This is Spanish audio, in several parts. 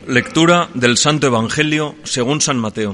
Lectura del Santo Evangelio según San Mateo.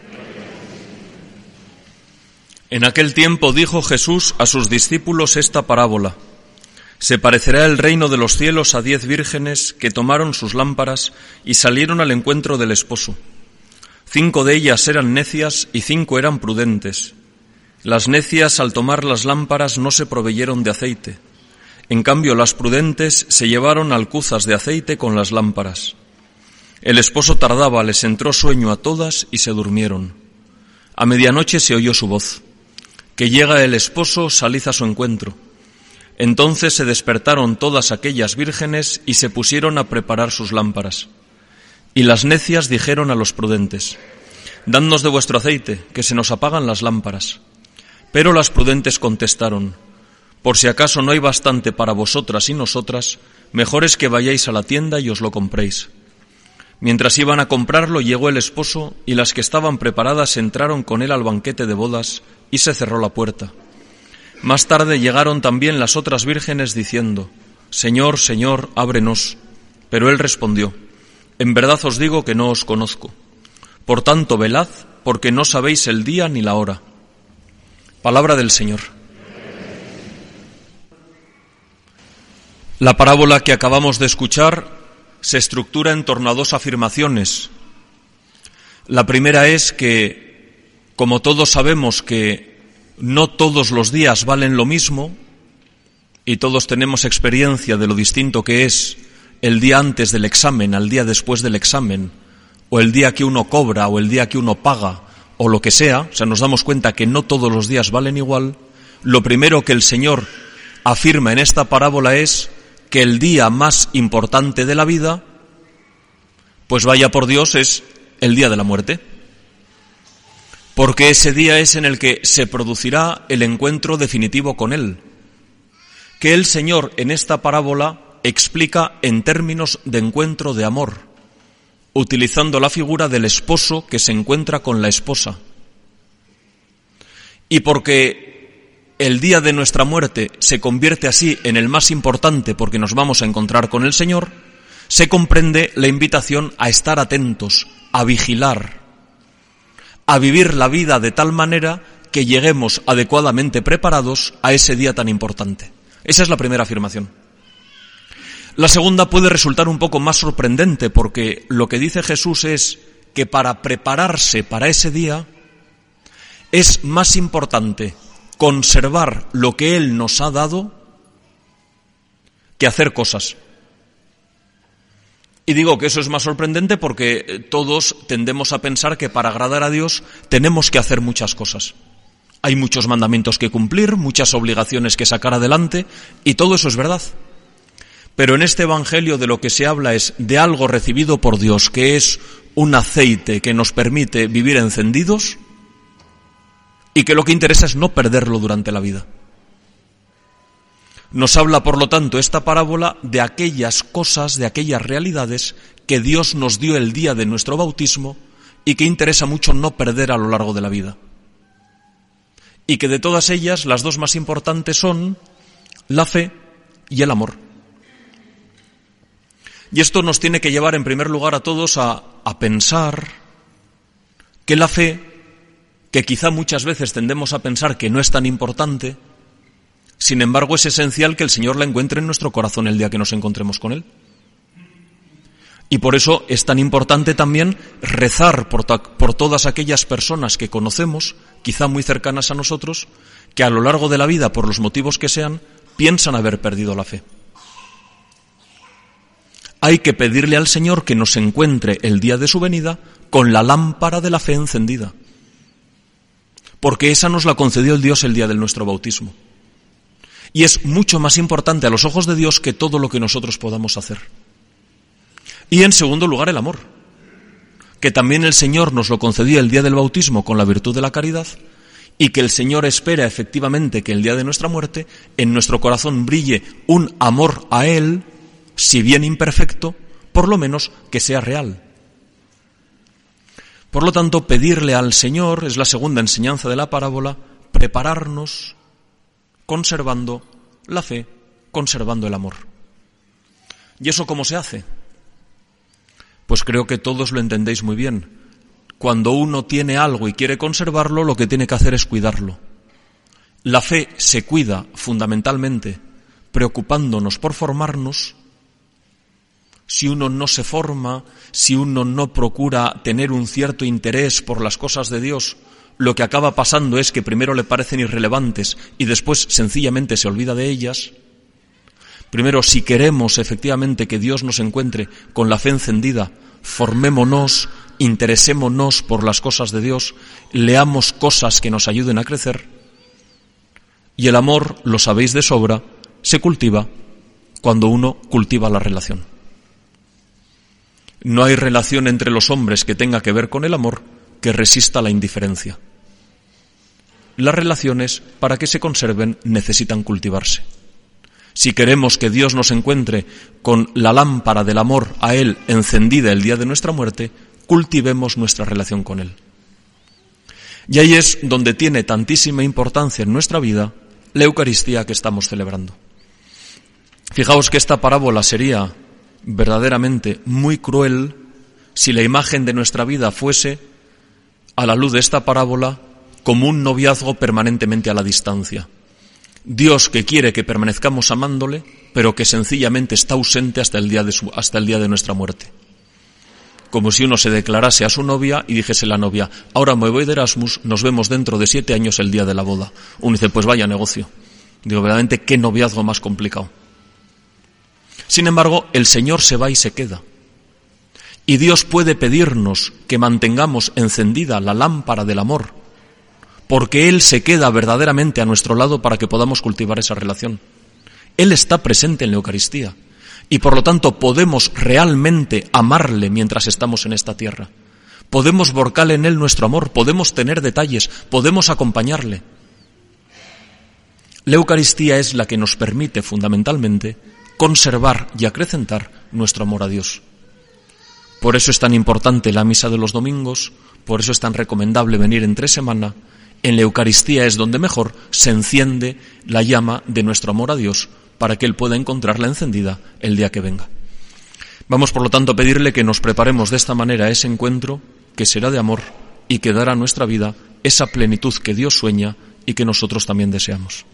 En aquel tiempo dijo Jesús a sus discípulos esta parábola: Se parecerá el reino de los cielos a 10 vírgenes que tomaron sus lámparas y salieron al encuentro del esposo. 5 de ellas eran necias y 5 eran prudentes. Las necias, al tomar las lámparas, no se proveyeron de aceite. En cambio, las prudentes se llevaron alcuzas de aceite con las lámparas. El esposo tardaba, les entró sueño a todas y se durmieron. A medianoche se oyó su voz: Que llega el esposo, salid a su encuentro. Entonces se despertaron todas aquellas vírgenes y se pusieron a preparar sus lámparas. Y las necias dijeron a los prudentes: Dadnos de vuestro aceite, que se nos apagan las lámparas. Pero las prudentes contestaron: Por si acaso no hay bastante para vosotras y nosotras, mejor es que vayáis a la tienda y os lo compréis. Mientras iban a comprarlo, llegó el esposo, y las que estaban preparadas entraron con él al banquete de bodas, y se cerró la puerta. Más tarde llegaron también las otras vírgenes diciendo: Señor, Señor, ábrenos. Pero él respondió: En verdad os digo que no os conozco. Por tanto, velad, porque no sabéis el día ni la hora. Palabra del Señor. La parábola que acabamos de escuchar se estructura en torno a 2 afirmaciones. La primera es que, como todos sabemos que no todos los días valen lo mismo, y todos tenemos experiencia de lo distinto que es el día antes del examen al día después del examen, o el día que uno cobra, o el día que uno paga, o lo que sea, o sea, nos damos cuenta que no todos los días valen igual. Lo primero que el Señor afirma en esta parábola es que el día más importante de la vida, pues vaya por Dios, es el día de la muerte. Porque ese día es en el que se producirá el encuentro definitivo con Él, que el Señor en esta parábola explica en términos de encuentro de amor, utilizando la figura del esposo que se encuentra con la esposa. Y porque el día de nuestra muerte se convierte así en el más importante porque nos vamos a encontrar con el Señor, se comprende la invitación a estar atentos, a vigilar, a vivir la vida de tal manera que lleguemos adecuadamente preparados a ese día tan importante. Esa es la primera afirmación. La segunda puede resultar un poco más sorprendente porque lo que dice Jesús es que para prepararse para ese día es más importante conservar lo que Él nos ha dado que hacer cosas. Y digo que eso es más sorprendente porque todos tendemos a pensar que para agradar a Dios tenemos que hacer muchas cosas. Hay muchos mandamientos que cumplir, muchas obligaciones que sacar adelante, y todo eso es verdad. Pero en este Evangelio de lo que se habla es de algo recibido por Dios, que es un aceite que nos permite vivir encendidos, y que lo que interesa es no perderlo durante la vida. Nos habla, por lo tanto, esta parábola de aquellas cosas, de aquellas realidades que Dios nos dio el día de nuestro bautismo y que interesa mucho no perder a lo largo de la vida. Y que de todas ellas, las 2 más importantes son la fe y el amor. Y esto nos tiene que llevar, en primer lugar, a todos a pensar que la fe, que quizá muchas veces tendemos a pensar que no es tan importante, sin embargo es esencial que el Señor la encuentre en nuestro corazón el día que nos encontremos con Él. Y por eso es tan importante también rezar por todas aquellas personas que conocemos, quizá muy cercanas a nosotros, que a lo largo de la vida, por los motivos que sean, piensan haber perdido la fe. Hay que pedirle al Señor que nos encuentre el día de su venida con la lámpara de la fe encendida, porque esa nos la concedió el Dios el día de nuestro bautismo. Y es mucho más importante a los ojos de Dios que todo lo que nosotros podamos hacer. Y en segundo lugar, el amor, que también el Señor nos lo concedió el día del bautismo con la virtud de la caridad, y que el Señor espera efectivamente que el día de nuestra muerte en nuestro corazón brille un amor a Él, si bien imperfecto, por lo menos que sea real. Por lo tanto, pedirle al Señor, es la segunda enseñanza de la parábola, prepararnos conservando la fe, conservando el amor. ¿Y eso cómo se hace? Pues creo que todos lo entendéis muy bien. Cuando uno tiene algo y quiere conservarlo, lo que tiene que hacer es cuidarlo. La fe se cuida fundamentalmente preocupándonos por formarnos. Si uno no se forma, si uno no procura tener un cierto interés por las cosas de Dios, lo que acaba pasando es que primero le parecen irrelevantes y después sencillamente se olvida de ellas. Primero, si queremos efectivamente que Dios nos encuentre con la fe encendida, formémonos, interesémonos por las cosas de Dios, leamos cosas que nos ayuden a crecer. Y el amor, lo sabéis de sobra, se cultiva cuando uno cultiva la relación. No hay relación entre los hombres que tenga que ver con el amor que resista la indiferencia. Las relaciones, para que se conserven, necesitan cultivarse. Si queremos que Dios nos encuentre con la lámpara del amor a Él encendida el día de nuestra muerte, cultivemos nuestra relación con Él. Y ahí es donde tiene tantísima importancia en nuestra vida la Eucaristía que estamos celebrando. Fijaos que esta parábola sería verdaderamente muy cruel si la imagen de nuestra vida fuese, a la luz de esta parábola, como un noviazgo permanentemente a la distancia. Dios que quiere que permanezcamos amándole, pero que sencillamente está ausente hasta el día de nuestra muerte. Como si uno se declarase a su novia y dijese la novia: ahora me voy de Erasmus, nos vemos dentro de 7 años el día de la boda. Uno dice: pues vaya negocio. Digo, verdaderamente qué noviazgo más complicado. Sin embargo, el Señor se va y se queda. Y Dios puede pedirnos que mantengamos encendida la lámpara del amor, porque Él se queda verdaderamente a nuestro lado para que podamos cultivar esa relación. Él está presente en la Eucaristía y por lo tanto podemos realmente amarle mientras estamos en esta tierra. Podemos volcar en Él nuestro amor, podemos tener detalles, podemos acompañarle. La Eucaristía es la que nos permite fundamentalmente conservar y acrecentar nuestro amor a Dios. Por eso es tan importante la misa de los domingos, por eso es tan recomendable venir entre semana. En la Eucaristía es donde mejor se enciende la llama de nuestro amor a Dios para que Él pueda encontrarla encendida el día que venga. Vamos, por lo tanto, a pedirle que nos preparemos de esta manera a ese encuentro que será de amor y que dará a nuestra vida esa plenitud que Dios sueña y que nosotros también deseamos.